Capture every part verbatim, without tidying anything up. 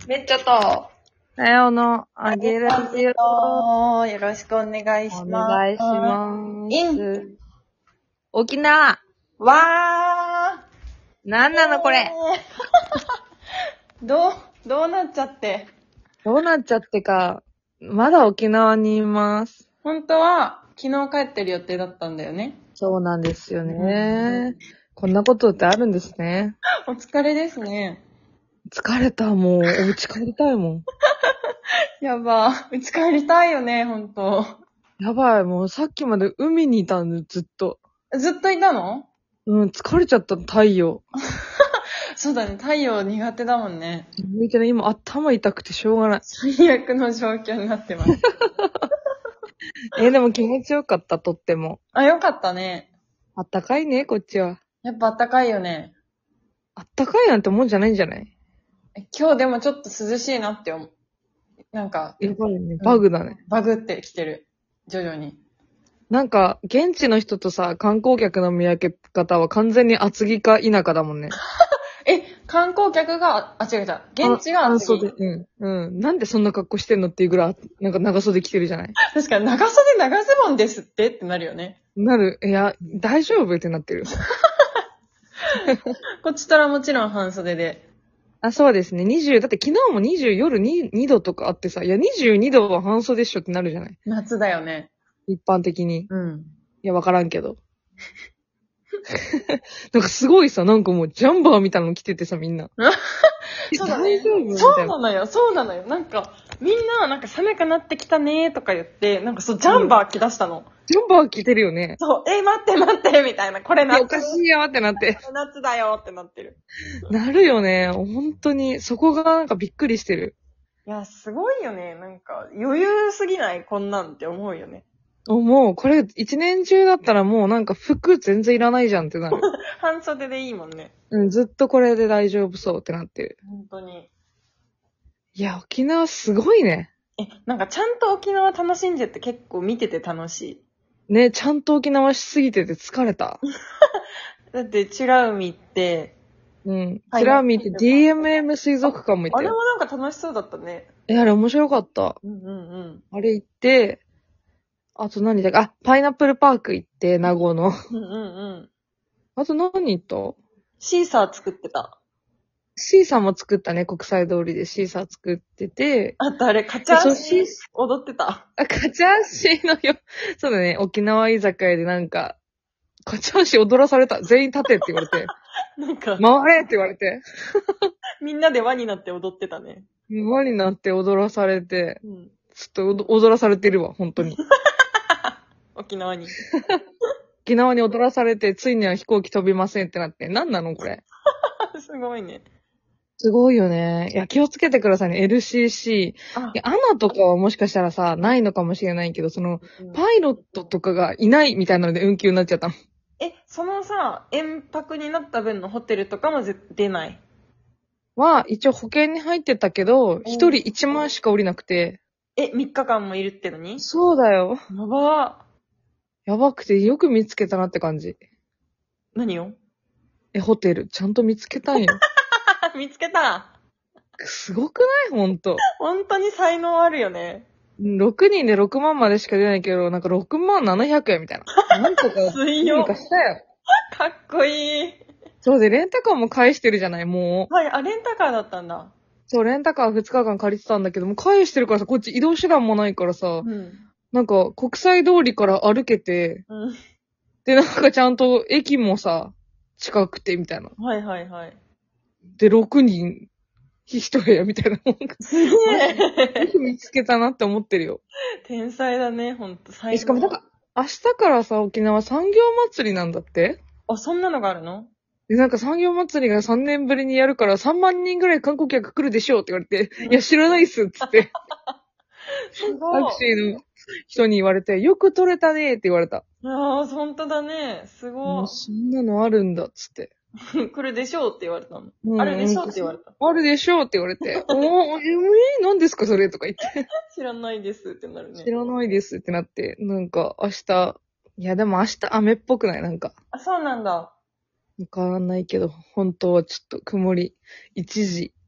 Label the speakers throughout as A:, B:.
A: めっちゃと、
B: さよの、あげるよ。
A: よろしくお願いします。
B: お願いしま
A: イ
B: す。沖縄
A: わ
B: なんなのこ
A: ー
B: れ
A: どう、どうなっちゃって。
B: どうなっちゃってか、まだ沖縄にいます。
A: 本当は、昨日帰ってる予定だったんだよね。
B: そうなんですよね。こんなことってあるんですね。
A: お疲れですね。
B: 疲れた、もう。お家帰りたいもん。
A: やば。うち帰りたいよね、ほんと。
B: やばい、もうさっきまで海にいたんで、ずっと。
A: ずっといたの？
B: うん、疲れちゃった、太陽。
A: そうだね、太陽苦手だもんね。
B: 向いてない、今頭痛くてしょうがない。
A: 最悪の状況になってます。
B: えーでも気持ちよかった、とっても。
A: あ、よかったね。
B: あったかいね、こっちは。
A: やっぱあったかいよね。
B: あったかいなんてもんじゃないんじゃない？
A: え今日でもちょっと涼しいなって思う。なんか、
B: やばいね、バグだね。
A: バグってきてる。徐々に。
B: なんか、現地の人とさ、観光客の見分け方は完全に厚木か田舎だもんね。
A: え、観光客が、あ、違う違う。現地が
B: 半
A: 厚木。
B: 袖。うん。うん。なんでそんな格好してんのっていうぐらい、なんか長袖着てるじゃない？
A: 確かに長袖長ズボンですってってなるよね。
B: なる。いや、大丈夫ってなってる。
A: こっちとらもちろん半袖で。
B: あ、そうですね。にじゅう、だって昨日もにじゅう、夜ににどとかあってさ、いや、にじゅうにどは半袖っしょってなるじゃない？
A: 夏だよね。
B: 一般的に。
A: うん。
B: いや、わからんけど。なんかすごいさ、なんかもうジャンバーみたいなの着ててさ、みんな。
A: そうだね。
B: 大丈夫み
A: そう
B: たいな。
A: なのよ、そうなのよ。なんか、みんな、なんか寒くなってきたねーとか言って、なんかそう、ジャンバー着出したの。
B: ジャンバー着てるよね。
A: そう、え、待って待って、みたいな。これ
B: いや、
A: 夏。
B: おかしいよってなって。
A: これ夏だよってなってる。
B: なるよね。本当に、そこがなんかびっくりしてる。
A: いや、すごいよね。なんか、余裕すぎないこんなんって思うよね。
B: もう、これ一年中だったらもうなんか服全然いらないじゃんってなる。
A: 半袖でいいもんね。
B: うん、ずっとこれで大丈夫そうってなってる。
A: 本当に。
B: いや、沖縄すごいね。
A: え、なんかちゃんと沖縄楽しんでって結構見てて楽しい。
B: ね、ちゃんと沖縄しすぎてて疲れた。
A: だって、チラ海って、
B: うん。
A: はい
B: チラ見て ディーエムエム 水族館も行っ
A: あれも
B: たよ。
A: なんか楽しそうだったね。
B: え、あれ面白かった。
A: うんうんうん。
B: あれ行って、あと何だっけ、あ、パイナップルパーク行って、名護の。
A: うんうんうん。
B: あと何行った？
A: シーサー作ってた。
B: シーサーも作ったね、国際通りでシーサー作ってて、
A: あとあれ、カチャー
B: そう
A: シー
B: シー
A: 踊ってた。
B: あ、カチャーシーのよ、そうだね、沖縄居酒屋でなんか、カチャーシー踊らされた。全員立てって言われて、
A: なんか、
B: 回れって言われて、
A: みんなで輪になって踊ってたね。
B: 輪になって踊らされて、
A: うん。
B: ちょっと踊らされてるわ、本当に。
A: 沖縄に。
B: 沖縄に踊らされて、ついには飛行機飛びませんってなって、なんなのこれ。
A: すごいね。
B: すごいよね。いや、気をつけてくださいね、エルシーシー。
A: あ
B: いや、アナとかはもしかしたらさ、ないのかもしれないけど、その、
A: うん
B: パイロットとかがいないみたいなので運休になっちゃったの。
A: え、そのさ、延泊になった分のホテルとかもぜ出ない？
B: は、一応保険に入ってたけど、一人いちまんしか降りなくて。
A: え、みっかかんもいるってのに？
B: そうだよ。
A: やば
B: やばくてよく見つけたなって感じ。
A: ー。何を？
B: え、ホテル、ちゃんと見つけたんよ。
A: 見つけた。
B: すごくないほんと。
A: 本当に才能あるよね。
B: ろくにんでろくまんまでしか出ないけど、なんかろくまんななひゃくえんみたいな。なんとか、
A: 水曜
B: どうにかしたよ。
A: かっこいい。
B: そうで、レンタカーも返してるじゃない、もう。
A: はい、あ、レンタカーだったんだ。
B: そう、レンタカーふつかかん借りてたんだけども、返してるからさ、こっち移動手段もないからさ、
A: うん。
B: なんか国際通りから歩けて、
A: うん。
B: で、なんかちゃんと駅もさ、近くてみたいな。
A: はいはいはい。
B: で、ろくにん、一部屋みたいなもんが。
A: すげえ。
B: よく見つけたなって思ってるよ。
A: 天才だね、ほんと。才
B: え、
A: 能。
B: しかもなんか、明日からさ、沖縄産業祭りなんだって？
A: あ、そんなのがあるの？
B: で、なんか産業祭りがさんねんぶりにやるからさんまんにんぐらい観光客来るでしょうって言われて、いや、知らないっすっつって、
A: すごい。
B: タクシーの人に言われて、よく撮れたねって言われた。
A: ああ、ほんとだね。すご
B: もうそんなのあるんだっつって。
A: い。来るでしょうって言われたの。
B: うん
A: あるでしょうって言われた。
B: あるでしょうって言われて、おー、え、え、何ですかそれとか言って。
A: 知らないですってなるね。
B: 知らないですってなって、なんか明日、いやでも明日雨っぽくないなんか。
A: あ、そうなんだ。
B: わかんないけど、本当はちょっと曇り、一時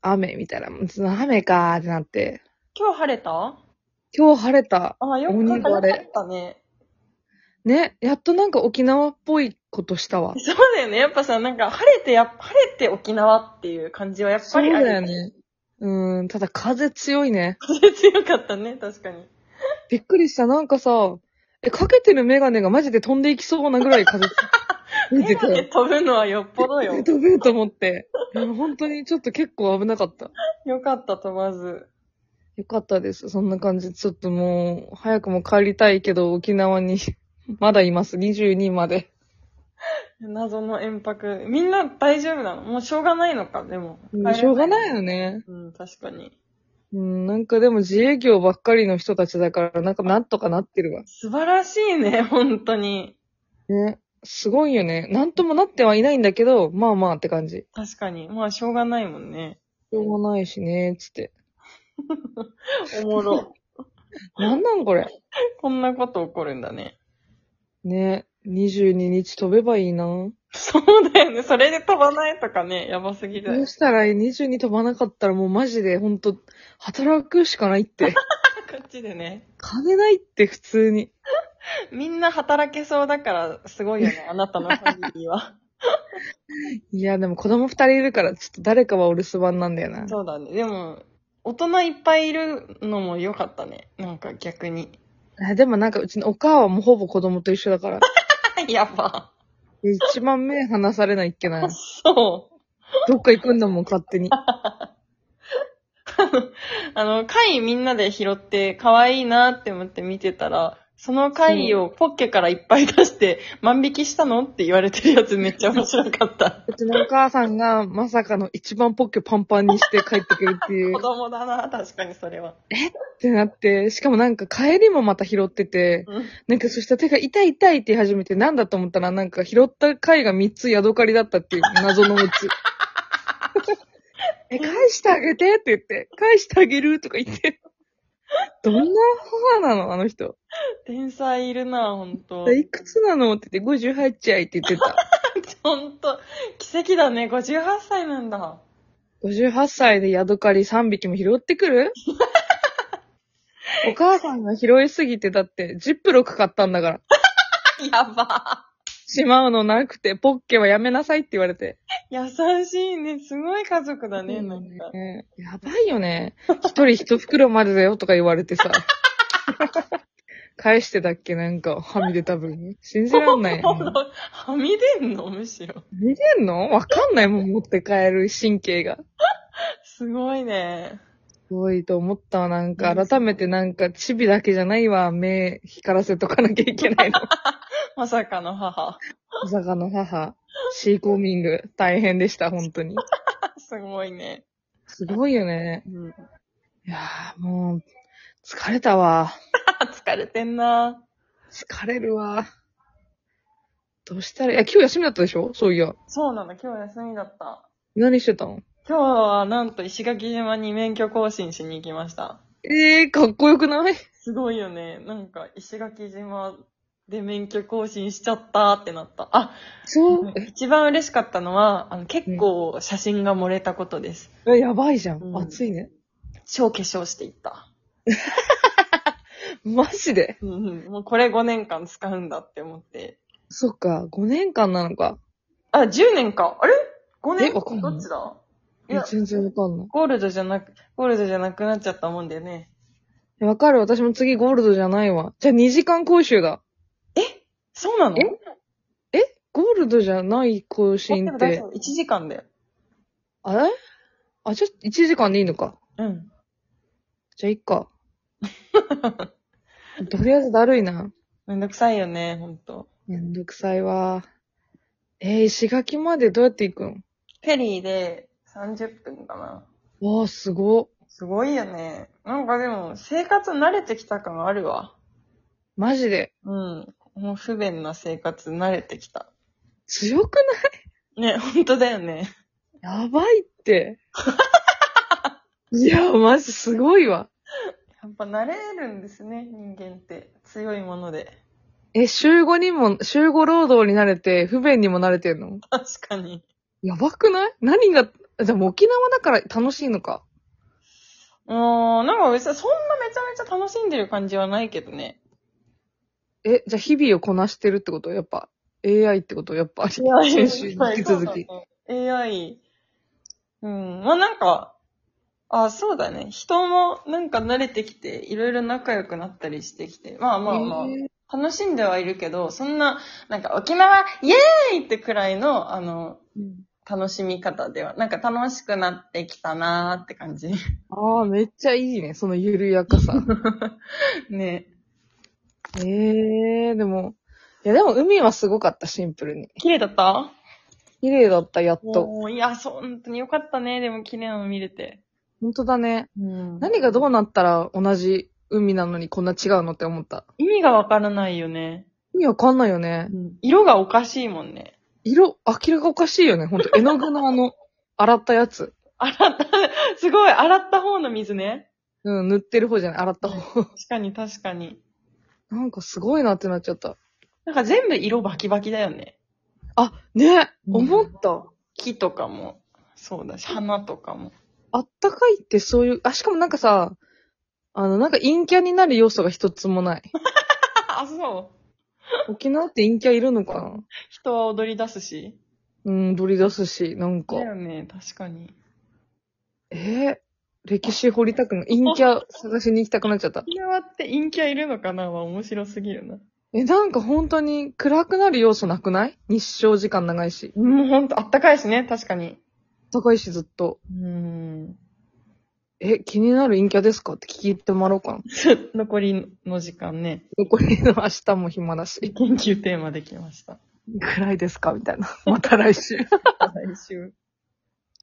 B: 雨みたいな。その雨かーってなって。
A: 今日晴れた？
B: 今日晴れた。
A: あ、よ
B: 鬼
A: か
B: 晴れ
A: ったね。
B: ね、やっとなんか沖縄っぽいことしたわ。
A: そうだよね。やっぱさ、なんか晴れてや、晴れて沖縄っていう感じはやっぱ
B: そう
A: りある。
B: だよね。うん、ただ風強いね。
A: 風強かったね、確かに。
B: びっくりした。なんかさ、え、かけてるメガネがマジで飛んでいきそうなぐらい風吹いて
A: メガネ
B: て。
A: 飛ぶのはよっぽどよ。
B: 飛ぶと思って。いや本当にちょっと結構危なかった。
A: よかった、飛ばず。
B: よかったです。そんな感じ。ちょっともう、早くも帰りたいけど、沖縄にまだいます。にじゅうにまで。
A: 謎の延泊。みんな大丈夫なの？もうしょうがないのか、でも。
B: うんしょうがない
A: よ。
B: よね。
A: うん、確かに。
B: うん、なんかでも自営業ばっかりの人たちだから、なんかなんとかなってるわ。
A: 素晴らしいね、本当に。
B: ね。すごいよね。なんともなってはいないんだけど、まあまあって感じ。
A: 確かに。まあ、しょうがないもんね。
B: しょうがないしね、つって。
A: おもろ。
B: なんなんこれ。
A: こんなこと起こるんだね。
B: ね。にじゅうににち飛べばいいな。
A: そうだよね。それで飛ばないとかね、やばすぎだよ。
B: どうしたらにじゅうに飛ばなかったらもうマジでほんと、働くしかないって。
A: こっちでね。
B: 金ないって普通に。
A: みんな働けそうだから、すごいよね、あなたのファミリーは。
B: いや、でも子供二人いるから、ちょっと誰かはお留守番なんだよな。
A: そうだね。でも、大人いっぱいいるのも良かったね。なんか逆に。
B: あでもなんかうちのお母はもうほぼ子供と一緒だから。
A: やば。
B: 一番目離されないっけな。
A: そう。
B: どっか行くんだもん、勝手に。
A: あの、貝みんなで拾って可愛いなって思って見てたら、その貝をポッケからいっぱい出して万引きしたのって言われてるやつめっちゃ面白かった。
B: うちのお母さんがまさかの一番ポッケパンパンにして帰ってくるっていう。
A: 子供だな、確かにそれは。
B: ってなって、しかもなんか帰りもまた拾ってて、
A: うん
B: なんかそしたら手が痛い痛いって言い始めて、なんだと思ったらなんか拾った貝がみっつヤドカリだったっていう謎のオチ。え、返してあげてって言って、返してあげるとか言って。どんな母なのあの人。
A: 天才いるな、ほんと。
B: いくつなのって言って、ごじゅうはちちゃいって言ってた。
A: ほんと、奇跡だね。ごじゅうはっさいなんだ。
B: ごじゅうはっさいでヤドカリさんびきも拾ってくるお母さんが拾いすぎて、だって、ジップロック買ったんだから。
A: やば。
B: しまうのなくて、ポッケはやめなさいって言われて。
A: 優しいね。すごい家族だね、なんか。
B: ねやばいよね。一人一袋までだよとか言われてさ。返してたっけなんか、はみ出た分。信じらんないよ、ね。
A: はみ出んのむしろ。
B: 見れんのわかんないもん、持って帰る神経が。
A: すごいね。
B: すごいと思ったわ、なんか、改めてなんか、チビだけじゃないわ、目光らせとかなきゃいけないの。
A: まさかの母。
B: まさかの母、シーコーミング、大変でした、本当に。
A: すごいね。
B: すごいよね。
A: うん、
B: いやー、もう、疲れたわ。
A: 疲れてんな。
B: 疲れるわ。どうしたら、いや、今日休みだったでしょそういや。
A: そうなの、今日休みだった。
B: 何してたの
A: 今日はなんと石垣島に免許更新しに行きました。
B: えー、かっこよくない
A: すごいよね。なんか石垣島で免許更新しちゃったってなった。あ、
B: そう
A: 一番嬉しかったのは、あの結構写真が漏れたことです。
B: え、やばいじゃん。
A: うん
B: 暑いね。
A: 超化粧していった。
B: マジで
A: うんうん。もうこれごねんかん使うんだって思って。
B: そっか、ごねんかんなのか。
A: あ、じゅうねんか。あれ ?ご 年
B: えわかんない
A: どっちだい
B: え、
A: や、
B: 全然わかんない。
A: ゴールドじゃなく、ゴールドじゃなくなっちゃったもんだよね。
B: えわかる私も次ゴールドじゃないわ。じゃあにじかん講習だ。
A: そうなの
B: ええゴールドじゃない講習って
A: 大丈夫。いちじかんだよ。
B: あれあ、じゃあいちじかんでいいのか。
A: うん。
B: じゃあいっか。とりあえずだるいな。
A: めんどくさいよね、ほんと。
B: めんどくさいわ。えー、石垣までどうやって行くん
A: フェリーでさんじゅっぷんかな。
B: わあ、すご。
A: すごいよね。なんかでも、生活慣れてきた感あるわ。
B: マジで。
A: うん。もう不便な生活慣れてきた。
B: 強く
A: ね、ほんとだよね。
B: ないやばいって。いや、マジすごいわ。
A: やっぱ慣れるんですね、人間って。強いもので。
B: え、週ごにも、週ご労働になれて、不便にもなれてんの
A: 確かに。
B: やばくない何がでも沖縄だから楽しいのか。
A: うーん、なんか別にそんなめちゃめちゃ楽しんでる感じはないけどね。
B: え、じゃあ日々をこなしてるってことやっぱ エーアイ ってことやっぱり。先週に引き続き。
A: エーアイ。うん。まあなんか、あ、そうだね。人もなんか慣れてきて、いろいろ仲良くなったりしてきて。まあまあまあ、
B: えー
A: 楽しんではいるけど、そんな、なんか沖縄イエーイってくらいの、あの、楽しみ方では、なんか楽しくなってきたなーって感じ。
B: ああ、めっちゃいいね。その緩やかさ。
A: ね。
B: ええー、でも、いやでも海はすごかった、シンプルに。
A: 綺麗だった
B: 綺麗だった、やっと。
A: おーいや、そう、本当によかったね。でも綺麗なの見れて。
B: ほんとだね。
A: うん
B: 何がどうなったら同じ海なのにこんな違うのって思った。
A: 意味がわからないよね。
B: 意味わかんないよね。
A: 色がおかしいもんね。
B: 色、明らかおかしいよね。ほんと、絵の具のあの、洗ったやつ。
A: 洗った、すごい、洗った方の水ね。
B: うん、塗ってる方じゃない、洗った方。
A: 確かに確かに。
B: なんかすごいなってなっちゃった。
A: なんか全部色バキバキだよね。
B: あ、ね、
A: うん
B: 思った。
A: 木とかも、そうだし、花とかも。
B: あったかいってそういう、あ、しかもなんかさ、あの、なんか陰キャになる要素が一つもない。
A: あ、そう。
B: 沖縄って陰キャいるのかな。
A: 人は踊り出すし。
B: うん、取り出すし、なんか。
A: だよね、確かに。
B: えー、歴史掘りたくない。陰キャ探しに行きたくなっちゃった。
A: 沖縄って陰キャいるのかなは面白すぎるな。
B: え、なんか本当に暗くなる要素なくない？日照時間長いし。
A: もうほんとあったかいしね、確かに。
B: 高いしずっと。
A: うーん。
B: え、気になる陰キャですかって聞いてもらおうかな。
A: 残りの時間ね。
B: 残りの明日も暇だし。
A: 研究テーマできました。
B: いくらいですかみたいな。また来週。
A: 来週。